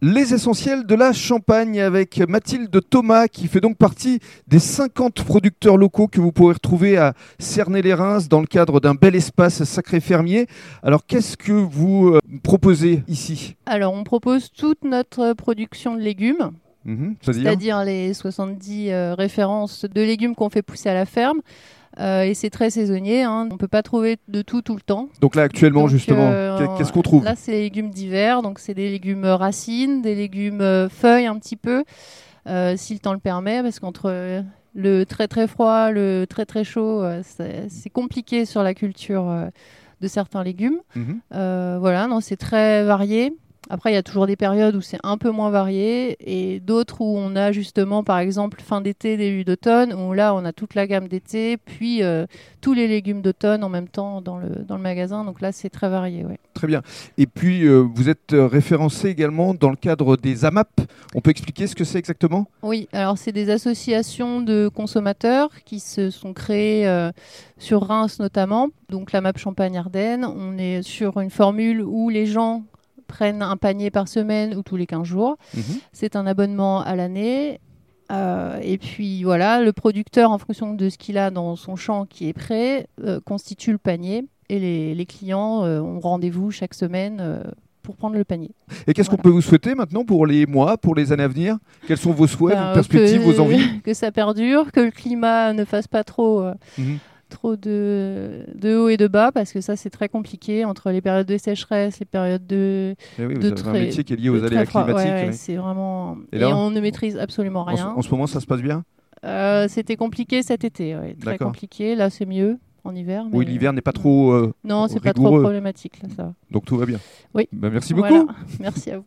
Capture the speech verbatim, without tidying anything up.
Les essentiels de la Champagne avec Mathilde Thomas qui fait donc partie des cinquante producteurs locaux que vous pourrez retrouver à Cernay-les-Reims dans le cadre d'un bel espace sacré fermier. Alors qu'est-ce que vous euh, proposez ici ? Alors on propose toute notre production de légumes, mmh, c'est-à-dire, c'est-à-dire les soixante-dix euh, références de légumes qu'on fait pousser à la ferme. Euh, et c'est très saisonnier, hein. On ne peut pas trouver de tout tout le temps. Donc là actuellement donc, justement, euh, qu'est-ce qu'on trouve ? Là c'est les légumes d'hiver, donc c'est des légumes racines, des légumes euh, feuilles un petit peu, euh, si le temps le permet, parce qu'entre euh, le très très froid, le très très chaud, euh, c'est, c'est compliqué sur la culture euh, de certains légumes. mmh. Euh, voilà, non, c'est très varié. Après, il y a toujours des périodes où c'est un peu moins varié et d'autres où on a justement, par exemple, fin d'été, début d'automne, où là, on a toute la gamme d'été, puis euh, tous les légumes d'automne en même temps dans le, dans le magasin. Donc là, c'est très varié. Ouais. Très bien. Et puis, euh, vous êtes référencé également dans le cadre des A M A P. On peut expliquer ce que c'est exactement ? Oui, alors c'est des associations de consommateurs qui se sont créées euh, sur Reims notamment. Donc la M A P Champagne-Ardenne, on est sur une formule où les gens prennent un panier par semaine ou tous les quinze jours. Mmh. C'est un abonnement à l'année. Euh, et puis voilà, le producteur, en fonction de ce qu'il a dans son champ qui est prêt, euh, constitue le panier. Et les, les clients euh, ont rendez-vous chaque semaine euh, pour prendre le panier. Et qu'est-ce voilà. qu'on peut vous souhaiter maintenant pour les mois, pour les années à venir ? Quels sont vos souhaits, ben, vos perspectives, que, vos envies ? Que ça perdure, que le climat ne fasse pas trop... Euh, mmh. trop de, de haut et de bas, parce que ça c'est très compliqué entre les périodes de sécheresse, les périodes de et oui, vous de avez très, un métier qui est lié aux aléas climatiques. Ouais, oui. c'est vraiment et, là, et on ne maîtrise absolument rien. En, en ce moment, ça se passe bien ? euh, C'était compliqué cet été, ouais, très D'accord. compliqué. Là, c'est mieux en hiver. Mais... Oui, l'hiver n'est pas trop euh, non, c'est rigoureux. pas trop problématique là, ça va. Donc tout va bien. Oui. Ben, merci beaucoup. Voilà. Merci à vous.